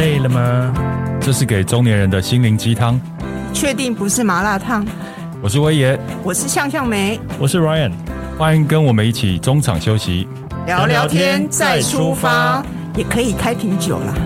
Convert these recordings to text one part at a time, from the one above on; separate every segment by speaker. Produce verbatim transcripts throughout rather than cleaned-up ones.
Speaker 1: 累了吗？这是给中年人的心灵鸡汤。
Speaker 2: 确定不是麻辣烫？
Speaker 1: 我是威爷，
Speaker 2: 我是向向梅，
Speaker 1: 我是 Ryan， 欢迎跟我们一起中场休息，
Speaker 2: 聊聊天再出发，也可以开瓶酒啦。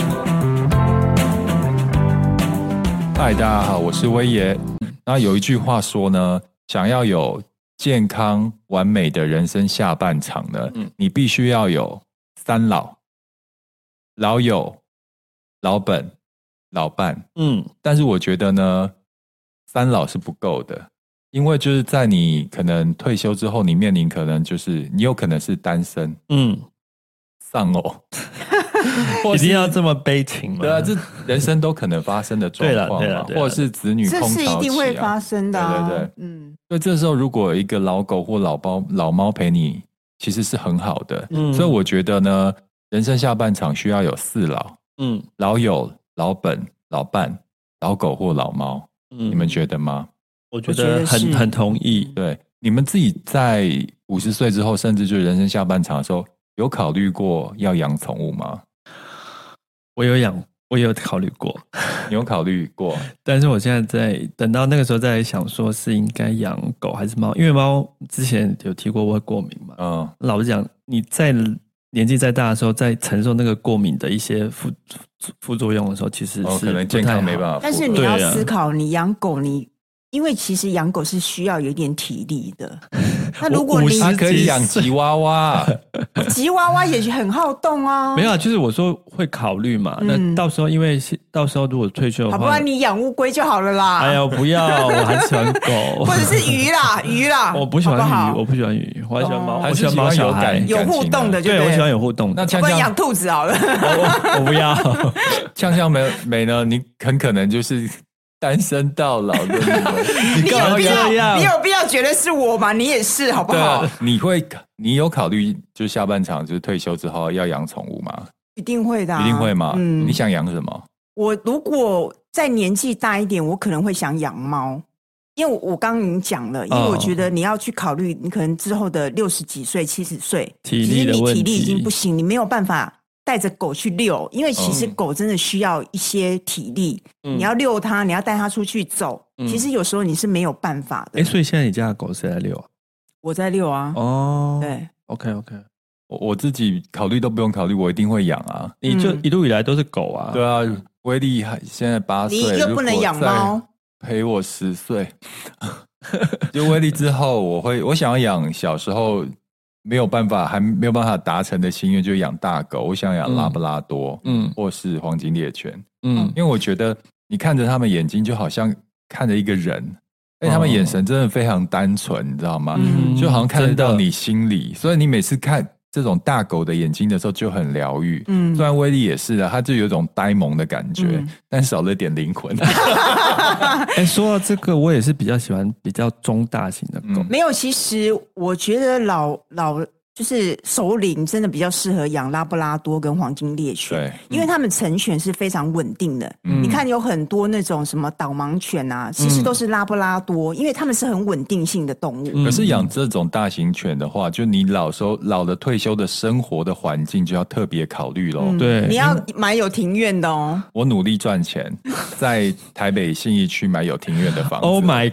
Speaker 3: 嗨，大家好，我是威爷。那有一句话说呢，想要有健康完美的人生下半场呢，嗯、你必须要有三老：老友、老本、老伴。嗯，但是我觉得呢，三老是不够的，因为就是在你可能退休之后，你面临可能就是你有可能是单身，嗯，丧偶。
Speaker 1: 一定要这么悲情吗？
Speaker 3: 对啊，这人生都可能发生的状况嘛，或者是子女空巢期、啊、
Speaker 2: 这是一定会发生的、啊。
Speaker 3: 对对对，嗯。所以这时候如果有一个老狗或老包老猫陪你，其实是很好的。嗯。所以我觉得呢，人生下半场需要有四老，嗯，老友、老本、老伴、老狗或老猫。嗯，你们觉得吗？
Speaker 1: 我觉得很很同意。
Speaker 3: 对，你们自己在五十岁之后，甚至就是人生下半场的时候，有考虑过要养宠物吗？
Speaker 1: 我有养，我有考虑过。
Speaker 3: 你有考虑过？
Speaker 1: 但是我现在在等到那个时候再想，说是应该养狗还是猫？因为猫之前有提过我会过敏嘛。嗯，老实讲，你在年纪再大的时候，在承受那个过敏的一些副副作用的时候，其实是、哦、
Speaker 3: 可能健康没办法。
Speaker 2: 但是你要思考，你养狗你。因为其实养狗是需要有一点体力的，那如果你
Speaker 3: 他可以养吉娃娃，
Speaker 2: 吉娃娃也很好动啊。
Speaker 1: 没有，就是我说会考虑嘛。嗯、那到时候因为到时候如果退休的话，
Speaker 2: 好，不然你养乌龟就好了啦。
Speaker 1: 哎呀，不要，我还喜欢狗，
Speaker 2: 或者是鱼啦，鱼啦。
Speaker 1: 我不喜欢鱼，好好我不喜欢鱼，我还喜欢猫，我喜欢猫小孩，
Speaker 2: 有互动的就对，
Speaker 1: 对，我喜欢有互动的。
Speaker 3: 那
Speaker 2: 不然养兔子好了，
Speaker 1: 我, 我不要。
Speaker 3: 像像美美呢，你很可能就是。单身到老的
Speaker 2: 你，你有必要，你有必要觉得是我吗？你也是，好不好？
Speaker 3: 对，你会，你有考虑就是下半场就是退休之后要养宠物吗？
Speaker 2: 一定会的、啊，
Speaker 3: 一定会吗？嗯，你想养什么？
Speaker 2: 我如果再年纪大一点，我可能会想养猫，因为我刚刚已经讲了，因为我觉得你要去考虑，你可能之后的六十几岁、七十岁，
Speaker 1: 体力的问题，
Speaker 2: 其实你体力已经不行，你没有办法。带着狗去遛，因为其实狗真的需要一些体力，嗯、你要遛它，你要带它出去走、嗯，其实有时候你是没有办法的。
Speaker 1: 哎，所以现在你家的狗谁在遛啊？
Speaker 2: 我在遛啊。
Speaker 1: 哦，
Speaker 2: 对
Speaker 1: ，OK OK，
Speaker 3: 我我自己考虑都不用考虑，我一定会养啊。
Speaker 1: 你就一路以来都是狗啊？
Speaker 3: 对啊，威力现在八岁，
Speaker 2: 你又不能养猫，
Speaker 3: 陪我十岁。就威力之后，我会我想要养小时候。没有办法，还没有办法达成的心愿，就养大狗。我想养拉布拉多，嗯，或是黄金猎犬，嗯，因为我觉得你看着他们眼睛，就好像看着一个人，而且他们眼神真的非常单纯，你知道吗？嗯，就好像看得到你心里，所以你每次看这种大狗的眼睛的时候就很疗愈。嗯，虽然威力也是的，他就有一种呆萌的感觉，嗯、但少了点灵魂。
Speaker 1: 哎，说到这个，我也是比较喜欢比较中大型的狗。
Speaker 2: 嗯、没有，其实我觉得老老就是熟龄真的比较适合养拉布拉多跟黄金猎犬，对，因为他们成犬是非常稳定的。嗯、你看有很多那种什么导盲犬啊，其实都是拉布拉多，因为他们是很稳定性的动物。
Speaker 3: 可是养这种大型犬的话，就你老时候老了退休的生活的环境就要特别考虑咯、嗯、
Speaker 1: 对，
Speaker 2: 你要买有庭院的哦。
Speaker 3: 我努力赚钱，在台北信义区买有庭院的房子。
Speaker 1: Oh my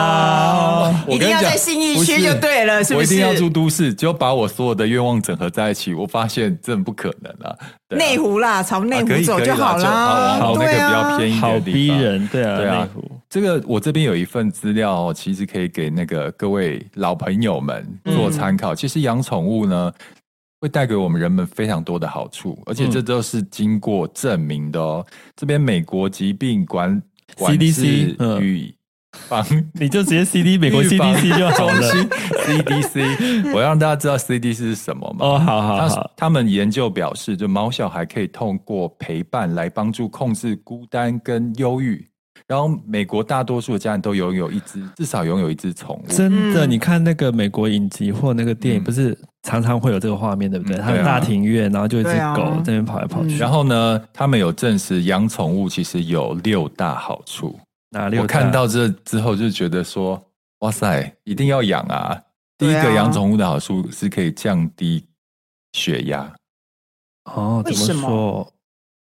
Speaker 1: god！、
Speaker 2: 哦、一定要在信义区就对了，是不是？
Speaker 3: 我一定要住都市，就把我所有的愿望整合在一起，我发现真的不可能啊！
Speaker 2: 内湖啦，朝内湖走就好啦。
Speaker 3: 啊、好，那个比较偏一点的地方，
Speaker 1: 好逼人，对啊，
Speaker 3: 对啊。
Speaker 1: 内湖
Speaker 3: 这个我这边有一份资料哦，其实可以给那个各位老朋友们做参考。嗯、其实养宠物呢，会带给我们人们非常多的好处，而且这都是经过证明的哦。嗯、这边美国疾病管管制与防，
Speaker 1: 你就直接 C D 美国 C D C 就好了。
Speaker 3: C D C， 我让大家知道 C D C 是什么吗？
Speaker 1: 哦，好好好。
Speaker 3: 他们研究表示，就毛小孩可以透过陪伴来帮助控制孤单跟忧郁。然后，美国大多数的家人都拥有一只，至少拥有一只宠物。
Speaker 1: 真的，嗯、你看那个美国影集或那个电影，不是常常会有这个画面，对不对？嗯、他们大庭院，然后就一只狗在那边跑来跑去。
Speaker 3: 然后呢，他们有证实养宠物其实有六大好处。
Speaker 1: 哪六大？
Speaker 3: 我看到这之后就觉得说，哇塞，一定要养啊！第一个养宠物的好处是可以降低血压。
Speaker 1: 哦，怎么说？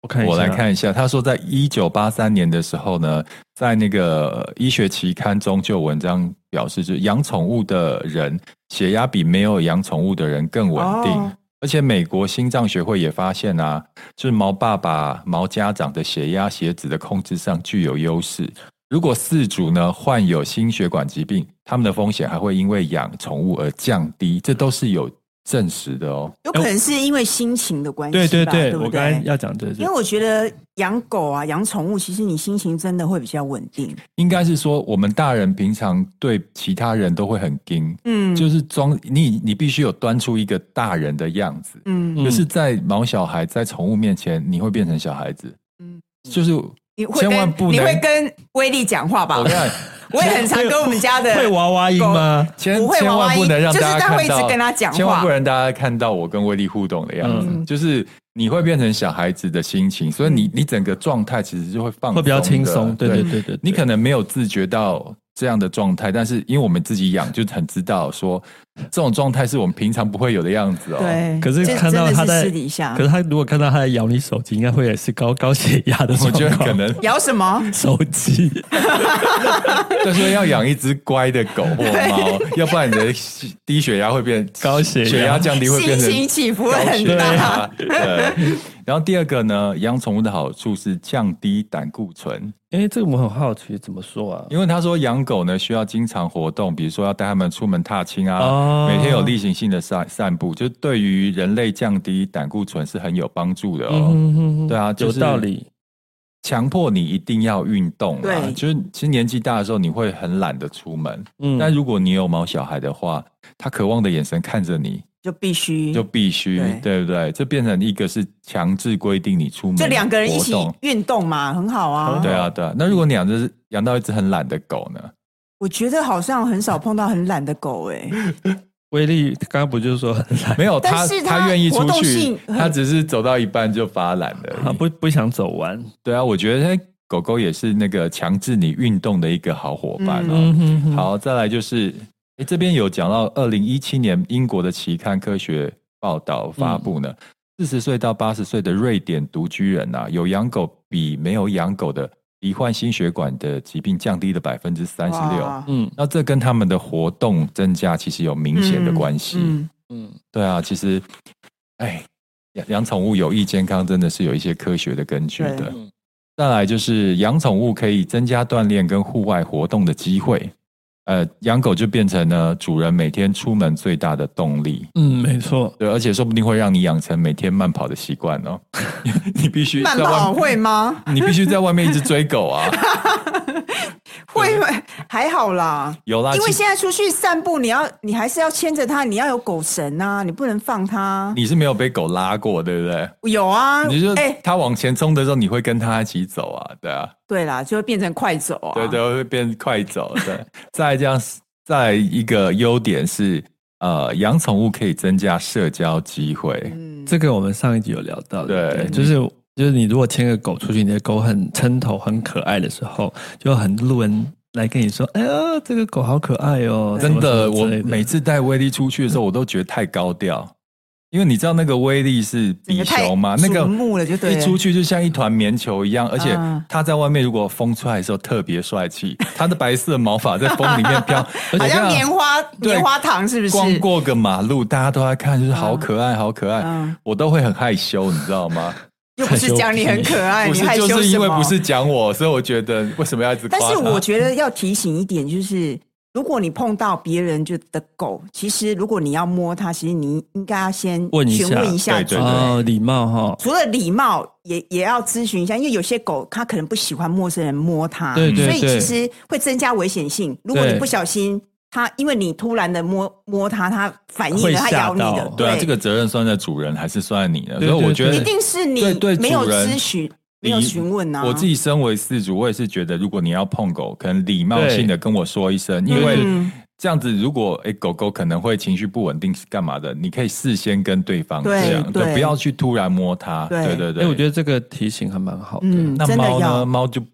Speaker 1: 我看一下，
Speaker 3: 我来看一下。他说，在一九八三年的时候呢，在那个医学期刊中就有文章表示，就是养宠物的人血压比没有养宠物的人更稳定。哦，而且美国心脏学会也发现啊，就是毛爸爸、毛家长的血压、血脂的控制上具有优势。如果饲主呢患有心血管疾病，他们的风险还会因为养宠物而降低，这都是有证实的哦。
Speaker 2: 有可能是因为心情的关系吧，
Speaker 1: 对对 对,
Speaker 2: 对, 对，
Speaker 1: 我刚才要讲的，
Speaker 2: 因为我觉得养狗啊、养宠物，其实你心情真的会比较稳定。
Speaker 3: 应该是说，我们大人平常对其他人都会很硬，嗯，就是装你，你必须有端出一个大人的样子，嗯，可是，在毛小孩、在宠物面前，你会变成小孩子，嗯，就是。
Speaker 2: 你会跟你会跟威力讲话吧？
Speaker 3: 我看
Speaker 2: 我也很常跟我们家的
Speaker 1: 会娃娃音吗？
Speaker 3: 千千万不能让大家看到，
Speaker 2: 就是他会一直跟他讲话，
Speaker 3: 千万不能让大家看到我跟威力互动的样子，嗯，就是你会变成小孩子的心情，所以你你整个状态其实就会放松的，
Speaker 1: 会比较轻松，对对 对, 对, 对，
Speaker 3: 你可能没有自觉到这样的状态，但是因为我们自己养，就很知道说这种状态是我们平常不会有的样子哦。
Speaker 2: 对，
Speaker 1: 可是看到他在
Speaker 2: 私底下，
Speaker 1: 可是他如果看到他在咬你手机，应该会也是高高血压的状况。
Speaker 3: 我觉得可能
Speaker 2: 咬什么
Speaker 1: 手机？
Speaker 3: 就说要养一只乖的狗或猫，要不然你的低血压会变
Speaker 1: 高血压，
Speaker 3: 血压降低会变成
Speaker 2: 心情起伏很大。
Speaker 3: 对。然后第二个呢，养宠物的好处是降低胆固醇。
Speaker 1: 哎，这个我很好奇，怎么说啊？
Speaker 3: 因为他说养狗呢需要经常活动，比如说要带他们出门踏青啊，哦，每天有例行性的散散步，就对于人类降低胆固醇是很有帮助的哦。嗯哼哼，对啊，就是，
Speaker 1: 有道理。
Speaker 3: 强迫你一定要运动啊，就是其实年纪大的时候你会很懒得出门，嗯，但如果你有毛小孩的话，他渴望的眼神看着你。
Speaker 2: 就必须
Speaker 3: 就必须 对, 对不对？这变成一个是强制规定你出门，
Speaker 2: 就两个人一起运动嘛，很好啊。
Speaker 3: 对啊，对啊。那如果你养只养到一只很懒的狗呢？
Speaker 2: 我觉得好像很少碰到很懒的狗哎，欸。
Speaker 1: 威力刚刚不就是说很懒？
Speaker 3: 没有，他他愿意出去，他只是走到一半就发懒了，
Speaker 1: 他不不想走完。
Speaker 3: 对啊，我觉得狗狗也是那个强制你运动的一个好伙伴哦。嗯哼哼。好，再来就是。诶，这边有讲到二零一七年英国的期刊科学报道发布呢，四十岁到八十岁的瑞典独居人啊，有养狗比没有养狗的罹患心血管的疾病降低了百分之三十六。嗯，那这跟他们的活动增加其实有明显的关系。嗯 嗯, 嗯，对啊，其实，哎，养养宠物有益健康真的是有一些科学的根据的。再来就是养宠物可以增加锻炼跟户外活动的机会。呃，养狗就变成了主人每天出门最大的动力。
Speaker 1: 嗯，没错。
Speaker 3: 对，而且说不定会让你养成每天慢跑的习惯哦。你必须
Speaker 2: 慢跑会吗？
Speaker 3: 你必须在外面一直追狗啊。
Speaker 2: 会会还好啦，
Speaker 3: 有啦，
Speaker 2: 因为现在出去散步，你要你还是要牵着它，你要有狗绳啊，你不能放它。
Speaker 3: 你是没有被狗拉过，对不对？
Speaker 2: 有啊，
Speaker 3: 你就哎，它往前冲的时候，你会跟它一起走啊，对啊。
Speaker 2: 对啦，就会变成快走啊。
Speaker 3: 对对，会变快走。对，再这样，再一个优点是，呃，养宠物可以增加社交机会。
Speaker 1: 嗯，这个我们上一集有聊到，
Speaker 3: 对，
Speaker 1: 对，就是。就是你如果牵个狗出去，你的狗很撑头、很可爱的时候，就很多人来跟你说：“哎呀，这个狗好可爱哦！”
Speaker 3: 真的，我每次带威力出去的时候，我都觉得太高调，因为你知道那个威力是比熊嘛，那个一出去就像一团棉球一样，而且他在外面如果风出来的时候特别帅气，他的白色毛发在风里面飘，
Speaker 2: 好像棉花棉花糖是不是？
Speaker 3: 光过个马路，大家都在看，就是好可爱，好可爱，嗯、我都会很害羞，你知道吗？
Speaker 2: 又不是讲你很可爱，
Speaker 3: 不是，
Speaker 2: 你害羞什么？
Speaker 3: 就是因为不是讲我，所以我觉得为什么要一直夸他？
Speaker 2: 但是我觉得要提醒一点，就是如果你碰到别人就的狗，其实如果你要摸它，其实你应该要先询问一下，
Speaker 3: 对对对，
Speaker 1: 哦，礼貌哈。
Speaker 2: 除了礼貌，也也要咨询一下，因为有些狗它可能不喜欢陌生人摸它，
Speaker 1: 对对对，
Speaker 2: 所以其实会增加危险性。如果你不小心。它因为你突然的摸摸它，它反应了，它咬你的。
Speaker 3: 对啊，这个责任算在主人还是算在你呢？所以我觉得
Speaker 2: 一定是你没有咨询、没有询问啊。
Speaker 3: 我自己身为饲主，我也是觉得，如果你要碰狗，可能礼貌性的跟我说一声，因为这样子，如果哎狗狗可能会情绪不稳定是干嘛的，你可以事先跟对方讲，对，不要去突然摸它。对对对，
Speaker 1: 我觉得这个提醒还蛮好的。
Speaker 2: 嗯，
Speaker 3: 那猫呢？猫就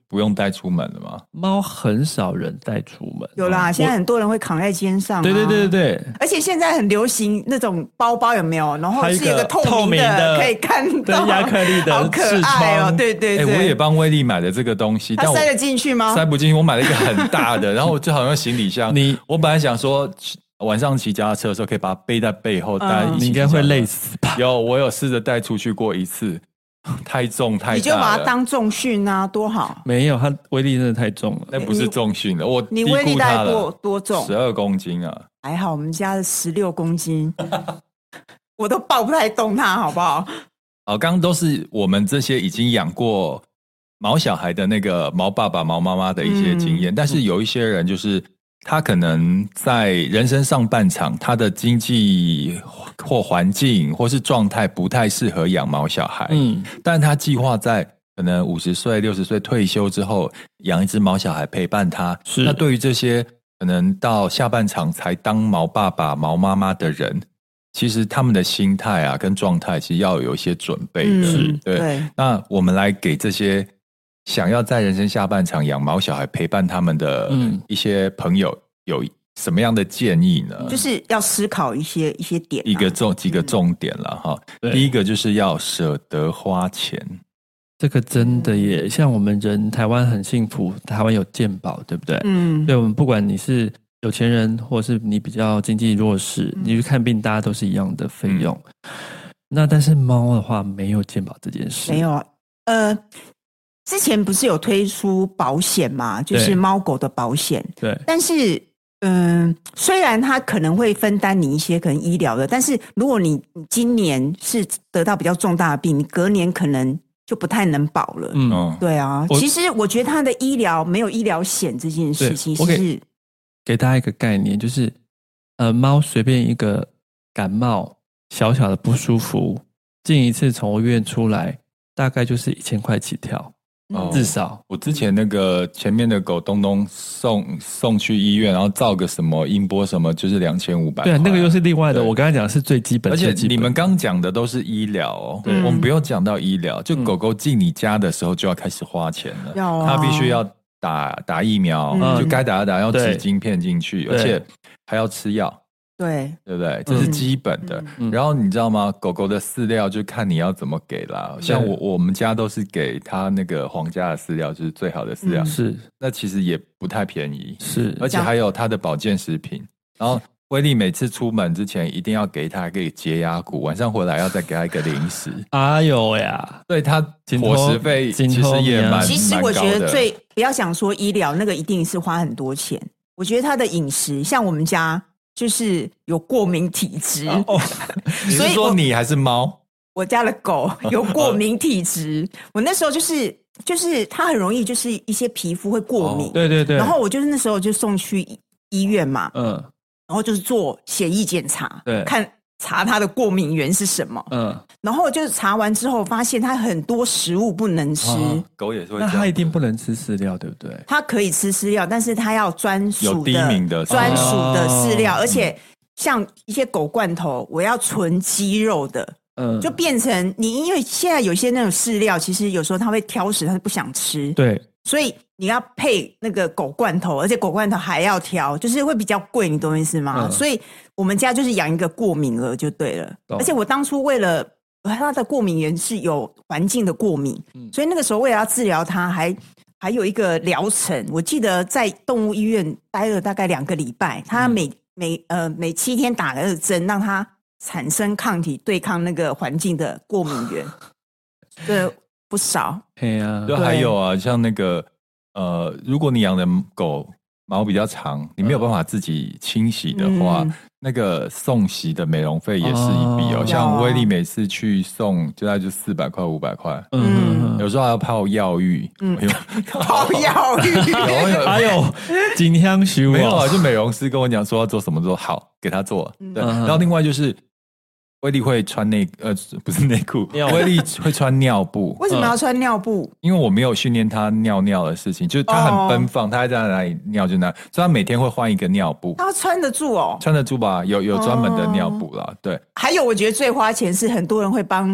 Speaker 3: 不用带出门了吗？
Speaker 1: 猫很少人带出门。
Speaker 2: 有啦，现在很多人会扛在肩上、啊。
Speaker 1: 对对对对对。
Speaker 2: 而且现在很流行那种包包，有没有？然后是一个透明 的, 明的可以看到
Speaker 1: 亚克力的，
Speaker 2: 好可爱哦！对对对。
Speaker 3: 欸、我也帮威力买了这个东西，
Speaker 2: 它塞得进去吗？
Speaker 3: 塞不进去，我买了一个很大的，然后就好像行李箱。
Speaker 1: 你
Speaker 3: 我本来想说。晚上骑脚踏车的时候可以把它背在背后，大家一起、嗯、
Speaker 1: 你应该会累死吧？
Speaker 3: 有，我有试着带出去过一次，太重太大了。
Speaker 2: 你就把它当重训啊，多好。
Speaker 1: 没有，它威力真的太重了。
Speaker 3: 那不是重训了，我
Speaker 2: 你威力大概多多重？
Speaker 3: 十二公斤啊！
Speaker 2: 还好，我们家的十六公斤，我都抱不太动它，好不好？
Speaker 3: 好，刚刚都是我们这些已经养过毛小孩的那个毛爸爸、毛妈妈的一些经验，嗯、但是有一些人就是。他可能在人生上半场，他的经济或环境或是状态不太适合养毛小孩，嗯，但他计划在可能五十岁、六十岁退休之后养一只毛小孩陪伴他。是，那对于这些可能到下半场才当毛爸爸、毛妈妈的人，其实他们的心态啊跟状态其实要有一些准备的，
Speaker 2: 嗯、
Speaker 3: 对。对，那我们来给这些。想要在人生下半场养毛小孩陪伴他们的一些朋友有什么样的建议呢？
Speaker 2: 就是要思考一些一些点、啊，
Speaker 3: 一个重几个重点了哈、嗯。第一个就是要舍得花钱，
Speaker 1: 这个真的也像我们人台湾很幸福，台湾有健保，对不对？嗯，对，我们不管你是有钱人，或是你比较经济弱势，你去看病，大家都是一样的费用。嗯、那但是猫的话没有健保这件事，
Speaker 2: 没有啊，呃。之前不是有推出保险嘛，就是猫狗的保险。
Speaker 1: 对。
Speaker 2: 但是，嗯，虽然它可能会分担你一些可能医疗的，但是如果你今年是得到比较重大的病，你隔年可能就不太能保了。嗯，对啊。其实我觉得它的医疗没有医疗险这件事情是。
Speaker 1: 给, 给大家一个概念，就是呃，猫随便一个感冒，小小的不舒服，进一次宠物医院出来，大概就是一千块起跳。哦、至少
Speaker 3: 我之前那个前面的狗东东送送去医院，然后照个什么音波什么，就是两千五百。
Speaker 1: 对，那个又是另外的。我刚才讲的是最基本的，
Speaker 3: 而且你们刚讲的都是医疗哦，对，我们不用讲到医疗，就狗狗进你家的时候就要开始花钱了，
Speaker 2: 嗯、
Speaker 3: 它必须要打打疫苗，嗯、就该打的打，要挤晶片进去，而且还要吃药。
Speaker 2: 对，
Speaker 3: 对不对？这是基本的。嗯、然后你知道吗？狗狗的饲料就看你要怎么给啦。像我我们家都是给它那个皇家的饲料，就是最好的饲料。
Speaker 1: 嗯、是，
Speaker 3: 那其实也不太便宜。
Speaker 1: 是，
Speaker 3: 而且还有它的保健食品。然后威力每次出门之前一定要给它一个洁牙骨，晚上回来要再给它一个零食。
Speaker 1: 哎呦呀！
Speaker 3: 对它伙食费其实也蛮
Speaker 2: 其实我觉得最不要想说医疗那个一定是花很多钱。我觉得它的饮食，像我们家。就是有过敏体质，
Speaker 3: 哦、你是说你还是猫？
Speaker 2: 我家的狗有过敏体质，我那时候就是就是它很容易就是一些皮肤会过敏，哦、
Speaker 1: 对对对。
Speaker 2: 然后我就是那时候就送去医院嘛，嗯，然后就是做血液检查，
Speaker 1: 对，
Speaker 2: 看查它的过敏源是什么，嗯，然后就是查完之后发现它很多食物不能吃，哦、
Speaker 3: 狗也是会，
Speaker 1: 那它一定不能吃饲料，对不对？
Speaker 2: 它可以吃饲料，但是它要专属的、
Speaker 3: 有低敏的
Speaker 2: 专属的饲料，哦、而且像一些狗罐头，我要纯鸡肉的，嗯，就变成你，因为现在有些那种饲料，其实有时候它会挑食，它是不想吃，
Speaker 1: 对，
Speaker 2: 所以你要配那个狗罐头，而且狗罐头还要挑，就是会比较贵，你懂我意思吗？嗯、所以我们家就是养一个过敏儿就对了，而且我当初为了它的过敏源是有环境的过敏，嗯、所以那个时候为了要治疗它，还还有一个疗程，我记得在动物医院待了大概两个礼拜，它每、嗯、每呃每七天打个针，让它产生抗体对抗那个环境的过敏源，对，不少。
Speaker 1: 对啊，
Speaker 3: 就还有啊，像那个呃，如果你养的狗毛比较长，你没有办法自己清洗的话，嗯、那个送洗的美容费也是一笔哦。哦像威力每次去送，就大概就四百块、五百块。嗯，有时候还要泡药浴。嗯，
Speaker 2: 泡药浴。
Speaker 1: 还有金香修
Speaker 3: 没有啊？就美容师跟我讲说要做什么，做好给他做。嗯、对，然后另外就是。威力会穿内呃不是内裤，威力会穿尿布。
Speaker 2: 为什么要穿尿布？
Speaker 3: 因为我没有训练他尿尿的事情，就是他很奔放，哦、他在哪里尿就哪，所以他每天会换一个尿布。
Speaker 2: 他穿得住哦，
Speaker 3: 穿得住吧？有有专门的尿布啦，哦、对。
Speaker 2: 还有，我觉得最花钱是很多人会帮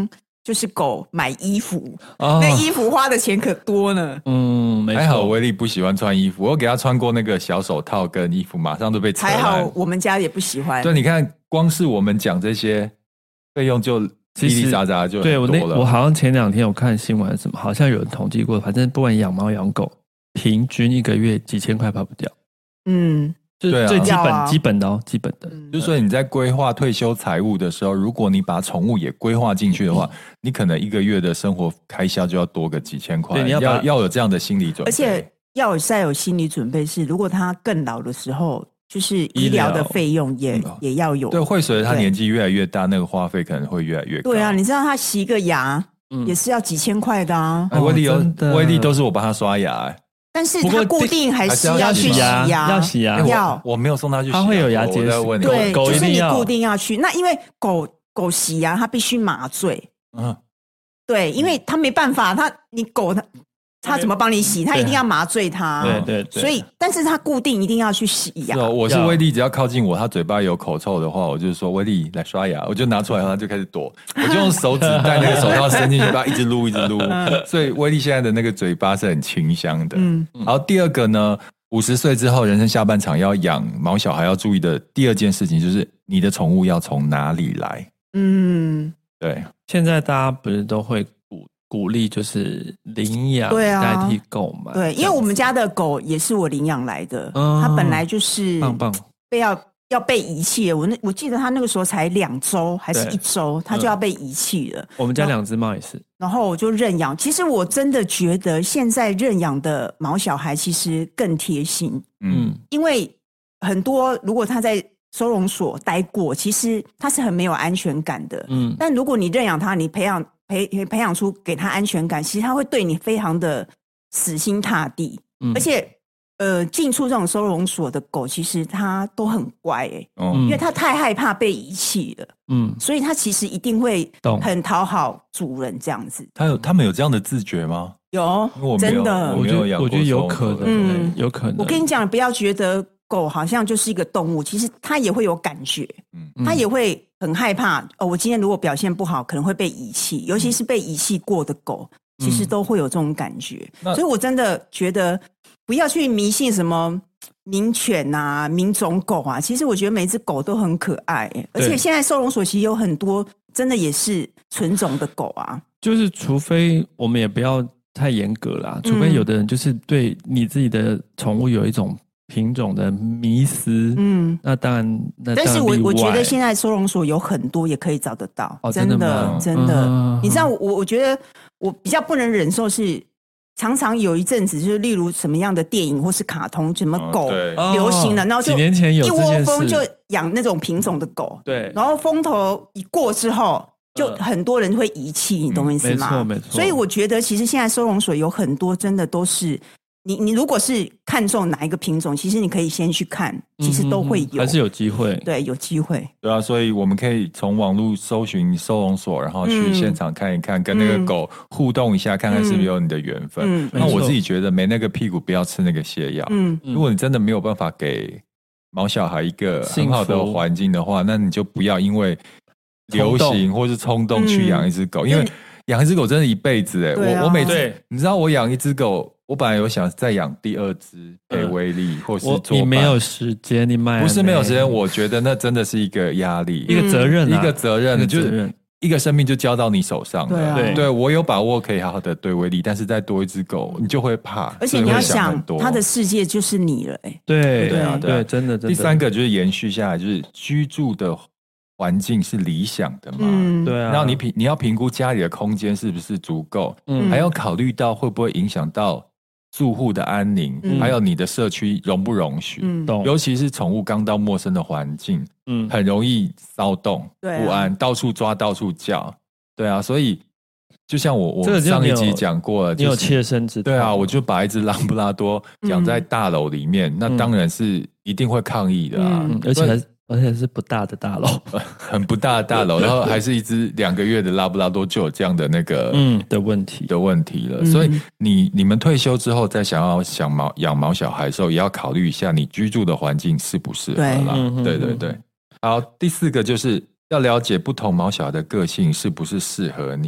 Speaker 2: 就是狗买衣服，哦、那衣服花的钱可多呢。
Speaker 1: 嗯，没错。
Speaker 3: 还好威力不喜欢穿衣服，我给他穿过那个小手套跟衣服，马上都被扯烂。
Speaker 2: 还好我们家也不喜欢。
Speaker 3: 对，你看，光是我们讲这些费用就哩哩喳喳就很多了。
Speaker 1: 对，我那我好像前两天有看新闻，什么好像有人统计过，反正不管养猫养狗，平均一个月几千块跑不掉。
Speaker 2: 嗯。
Speaker 1: 就是最基本、啊、基本的哦，基本的。
Speaker 3: 嗯、就是说你在规划退休财务的时候，如果你把宠物也规划进去的话，嗯、你可能一个月的生活开销就要多个几千块。
Speaker 1: 对，你要
Speaker 3: 要要有这样的心理准备，
Speaker 2: 而且要有再有心理准备是，如果他更老的时候，就是医疗的费用也、嗯、也要有。
Speaker 3: 对，会随着他年纪越来越大，那个花费可能会越来越高。
Speaker 2: 对啊，你知道他洗个牙、嗯、也是要几千块的啊。
Speaker 3: 威力有威力都是我帮他刷牙、欸。
Speaker 2: 但是他固定还是要去洗牙，
Speaker 1: 要洗牙，
Speaker 2: 要。
Speaker 3: 我没有送他去洗牙，
Speaker 1: 他会有牙结石。
Speaker 2: 对，
Speaker 1: 狗
Speaker 2: 就是你固定要去。那因为狗狗洗牙，它必须麻醉。嗯，对，因为他没办法，他你狗它他怎么帮你洗？他一定要麻醉它。
Speaker 1: 对对对。
Speaker 2: 所以，但是他固定一定要去洗牙。
Speaker 3: 是哦，我是威力，只要靠近我，他嘴巴有口臭的话，我就说威力来刷牙，我就拿出来，他就开始躲，我就用手指戴那个手套伸进去，把它一直撸一直撸。所以威力现在的那个嘴巴是很清香的。嗯。然后第二个呢，五十岁之后，人生下半场要养毛小孩要注意的第二件事情，就是你的宠物要从哪里来？嗯，对。
Speaker 1: 现在大家不是都会鼓励就是领养代替购买，
Speaker 2: 对，因为我们家的狗也是我领养来的，嗯、它本来就是
Speaker 1: 棒棒
Speaker 2: 被要要被遗弃了。我那我记得它那个时候才两周还是一周，它就要被遗弃了。
Speaker 1: 我们家两只猫也是，
Speaker 2: 然后我就认养。其实我真的觉得现在认养的毛小孩其实更贴心，嗯，因为很多如果他在收容所待过，其实他是很没有安全感的，嗯，但如果你认养他，你培养。培培养出给他安全感，其实他会对你非常的死心塌地，嗯、而且呃进出这种收容所的狗，其实它都很乖哎、欸，嗯、因为它太害怕被遗弃了，嗯，所以它其实一定会很讨好主人这样子。
Speaker 3: 他有他们有这样的自觉吗？
Speaker 2: 有，真的，
Speaker 1: 我觉得我觉得有可能，嗯，有可能。
Speaker 2: 我跟你讲，不要觉得狗好像就是一个动物，其实它也会有感觉，嗯，它也会很害怕哦。我今天如果表现不好，可能会被遗弃，尤其是被遗弃过的狗，其实都会有这种感觉。嗯、所以我真的觉得不要去迷信什么名犬啊、名种狗啊。其实我觉得每一只狗都很可爱，而且现在收容所其实有很多真的也是纯种的狗啊。
Speaker 1: 就是除非我们也不要太严格啦，除非有的人就是对你自己的宠物有一种品种的迷思，嗯，那当然，那当然
Speaker 2: 但是我我觉得现在收容所有很多也可以找得到，哦、真的真的，真的嗯、你知道我我觉得我比较不能忍受是常常有一阵子就是例如什么样的电影或是卡通，什么狗流行了，哦、然后就
Speaker 1: 几年前有
Speaker 2: 一窝蜂就养那种品种的狗，
Speaker 1: 对，
Speaker 2: 然后风头一过之后。就很多人会遗弃，你懂我意思吗？
Speaker 1: 没错没错。
Speaker 2: 所以我觉得，其实现在收容所有很多真的都是你，你如果是看中哪一个品种，其实你可以先去看，其实都会有，
Speaker 1: 还是有机会。
Speaker 2: 对，有机会。
Speaker 3: 对啊，所以我们可以从网络搜寻收容所，然后去现场看一看，嗯、跟那个狗互动一下，看看是不是有你的缘分。嗯、那我自己觉得，没那个屁股不要吃那个泻药。嗯，如果你真的没有办法给毛小孩一个很好的环境的话，那你就不要因为流行或是冲动去养一只狗，嗯、因为养一只狗真的一辈子哎、欸。啊、我我每次你知道我养一只狗，我本来有想再养第二只陪威力，嗯、或是做
Speaker 1: 你没有时间，你买
Speaker 3: 不是没有时间，我觉得那真的是一个压力，
Speaker 1: 一个责任、啊，
Speaker 3: 一个责任，嗯、就是一个生命就交到你手上了。
Speaker 2: 对、啊，
Speaker 3: 对我有把握可以好好的对威力，但是再多一只狗，你就会怕，
Speaker 2: 而且你要想，它的世界就是你了哎、欸。
Speaker 1: 对
Speaker 3: 对啊，
Speaker 1: 对，对真的真的。
Speaker 3: 第三个就是延续下来，就是居住的环境是理想的嘛？
Speaker 1: 嗯，对啊。
Speaker 3: 然后你评你要评估家里的空间是不是足够，嗯，还要考虑到会不会影响到住户的安宁，嗯、还有你的社区容不容许，嗯，尤其是宠物刚到陌生的环境，嗯，很容易骚动、
Speaker 2: 对啊、
Speaker 3: 不安，到处抓、到处叫，对啊，所以就像我我上一集讲过了，
Speaker 1: 你有切身之痛，
Speaker 3: 对啊，我就把一只朗布拉多养在大楼里面，嗯、那当然是一定会抗议的啊，
Speaker 1: 嗯、而且还而且是不大的大楼，
Speaker 3: 很不大的大楼，然后还是一只两个月的拉布拉多就有这样的那个
Speaker 1: 嗯的问题
Speaker 3: 的问题了，嗯、所以你你们退休之后再想要想毛养毛小孩的时候，也要考虑一下你居住的环境适不适合啦。对对对对。好，第四个就是要了解不同毛小孩的个性是不是适合你。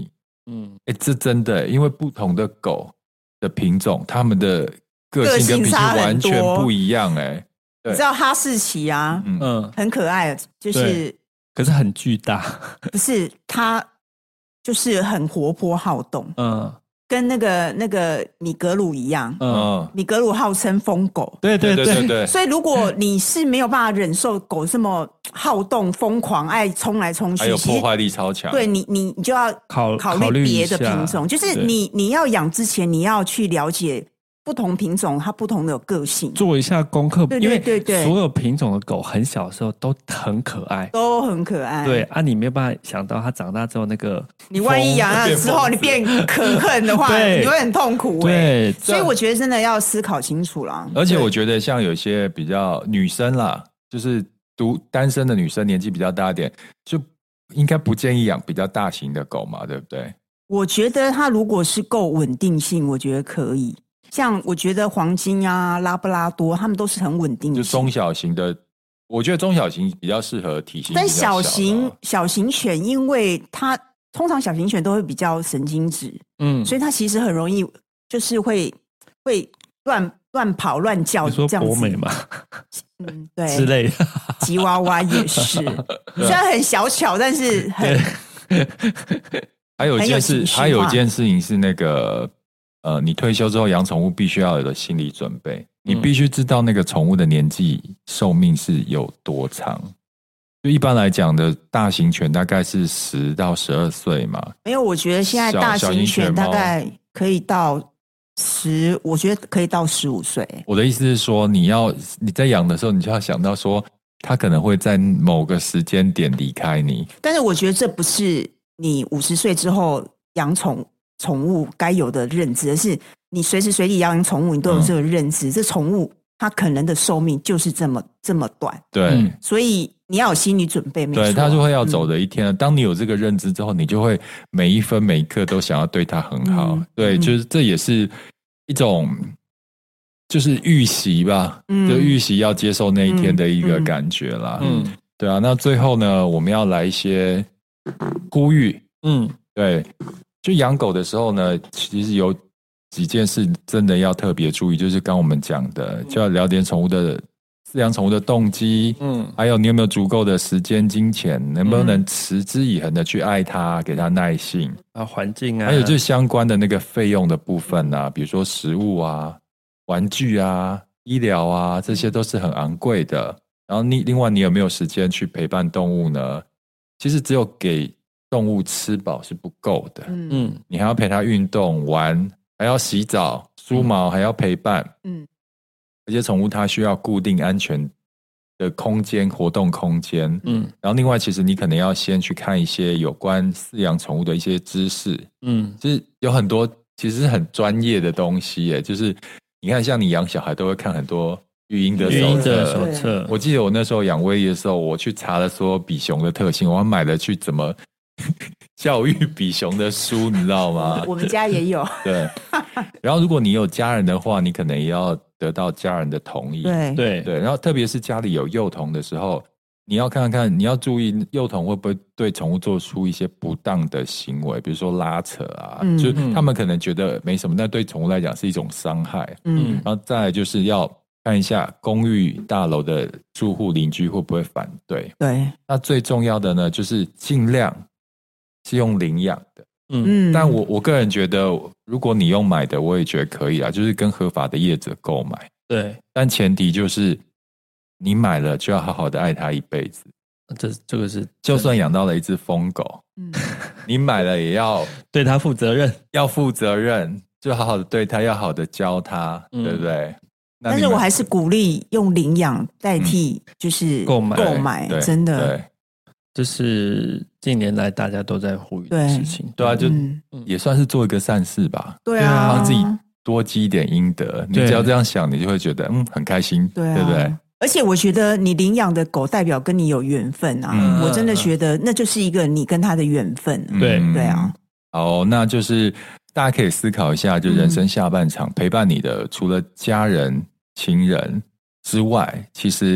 Speaker 3: 嗯，哎，这真的，因为不同的狗的品种，它们的个性跟脾气完全不一样。哎，
Speaker 2: 你知道哈士奇啊，嗯，很可爱，就是
Speaker 1: 可是很巨大，
Speaker 2: 不是它就是很活泼好动，嗯。跟那个那个米格鲁一样，嗯，米格鲁号称疯狗，
Speaker 1: 对对对 对, 对。
Speaker 2: 所以如果你是没有办法忍受狗这么好动、疯狂、爱冲来冲去，
Speaker 3: 还有破坏力超强，
Speaker 2: 对你你你就要考考虑别的品种，就是你你要养之前，你要去了解不同品种它不同的个性，
Speaker 1: 做一下功课，
Speaker 2: 对对对对，
Speaker 1: 因为所有品种的狗很小的时候都很可爱，
Speaker 2: 都很可爱。
Speaker 1: 对啊，你没有办法想到它长大之后那个，
Speaker 2: 你万一养了之后你变可恨的话，你会很痛苦。
Speaker 1: 对，
Speaker 2: 所以我觉得真的要思考清楚啦。
Speaker 3: 而且我觉得像有些比较女生啦，就是独单身的女生，年纪比较大一点，就应该不建议养比较大型的狗嘛，对不对？
Speaker 2: 我觉得它如果是够稳定性，我觉得可以。像我觉得黄金啊、拉布拉多，他们都是很稳定的，
Speaker 3: 就中小型的。我觉得中小型比较适合体型比较小的，
Speaker 2: 但小型小型犬，因为它通常小型犬都会比较神经质，嗯，所以它其实很容易就是会会乱乱跑乱叫，这样子。
Speaker 1: 你说博美吗？
Speaker 2: 嗯，对，
Speaker 1: 之类的。
Speaker 2: 吉娃娃也是，虽然很小巧，但是很。
Speaker 3: 还有一件事，还有一件事情是那个。呃，你退休之后养宠物必须要有的心理准备，你必须知道那个宠物的年纪寿命是有多长。就一般来讲的大型犬大概是十到十二岁嘛。
Speaker 2: 没有，我觉得现在大型犬大概可以到十，我觉得可以到十五岁。
Speaker 3: 我的意思是说，你要你在养的时候，你就要想到说，它可能会在某个时间点离开你。
Speaker 2: 但是我觉得这不是你五十岁之后养宠宠物该有的认知，而是你随时随地养宠物，你都有这个认知。嗯、这宠物它可能的寿命就是这么这么短，
Speaker 3: 对、嗯，
Speaker 2: 所以你要有心理准备。没错，
Speaker 3: 对，它就会要走的一天、嗯。当你有这个认知之后，你就会每一分每一刻都想要对它很好。嗯、对，就是这也是一种就是预习吧，嗯、就预习要接受那一天的一个感觉啦。嗯，嗯对啊。那最后呢，我们要来一些呼吁。嗯，对。就养狗的时候呢，其实有几件事真的要特别注意，就是刚我们讲的，就要了解宠物的饲养宠物的动机，嗯，还有你有没有足够的时间、金钱，能不能持之以恒的去爱它，给它耐性
Speaker 1: 啊，环境啊，
Speaker 3: 还有就是相关的那个费用的部分啊，比如说食物啊、玩具啊、医疗啊，这些都是很昂贵的。然后你另外你有没有时间去陪伴动物呢？其实只有给动物吃饱是不够的，嗯，你还要陪它运动玩，还要洗澡、梳毛，还要陪伴，嗯，而且宠物它需要固定安全的空间、活动空间，嗯，然后另外其实你可能要先去看一些有关饲养宠物的一些知识，嗯，就是有很多其实是很专业的东西耶，就是你看像你养小孩都会看很多育婴的手册，
Speaker 1: 手册，
Speaker 3: 我记得我那时候养威利的时候，我去查了说比熊的特性，我还买了去怎么教育比熊的书，你知道吗？
Speaker 2: 我们家也有。
Speaker 3: 对，然后如果你有家人的话，你可能也要得到家人的同意。
Speaker 2: 对
Speaker 3: 对对，然后特别是家里有幼童的时候，你要看看，你要注意幼童会不会对宠物做出一些不当的行为，比如说拉扯啊，嗯、就他们可能觉得没什么，但对宠物来讲是一种伤害。嗯，然后再来就是要看一下公寓大楼的住户邻居会不会反对。
Speaker 2: 对，
Speaker 3: 那最重要的呢，就是尽量是用领养的，嗯，但我我个人觉得，如果你用买的，我也觉得可以啦，就是跟合法的业者购买，
Speaker 1: 对，
Speaker 3: 但前提就是你买了就要好好的爱它一辈子，
Speaker 1: 这这个是，
Speaker 3: 就算养到了一只疯狗，嗯，你买了也要
Speaker 1: 对它负责任，
Speaker 3: 要负责任，就好好的对它，要好的教它，嗯、对不对？
Speaker 2: 但是我还是鼓励用领养代替，就是购买，购买，真的。
Speaker 3: 对，
Speaker 1: 这是近年来大家都在呼吁的事情。
Speaker 3: 对啊，就也算是做一个善事吧。
Speaker 2: 对啊，
Speaker 3: 帮自己多积一点阴德。你只要这样想，你就会觉得嗯很开心，对、啊、对不对？
Speaker 2: 而且我觉得你领养的狗代表跟你有缘分啊，嗯、我真的觉得那就是一个你跟他的缘分。
Speaker 1: 对、
Speaker 2: 嗯、对啊。
Speaker 3: 好，那就是大家可以思考一下，就人生下半场、嗯、陪伴你的，除了家人、亲人之外，其实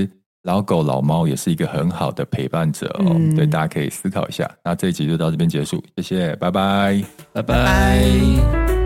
Speaker 3: 老狗老猫也是一个很好的陪伴者哦。嗯、对，大家可以思考一下。那这一集就到这边结束，谢谢，拜拜，
Speaker 1: 拜拜。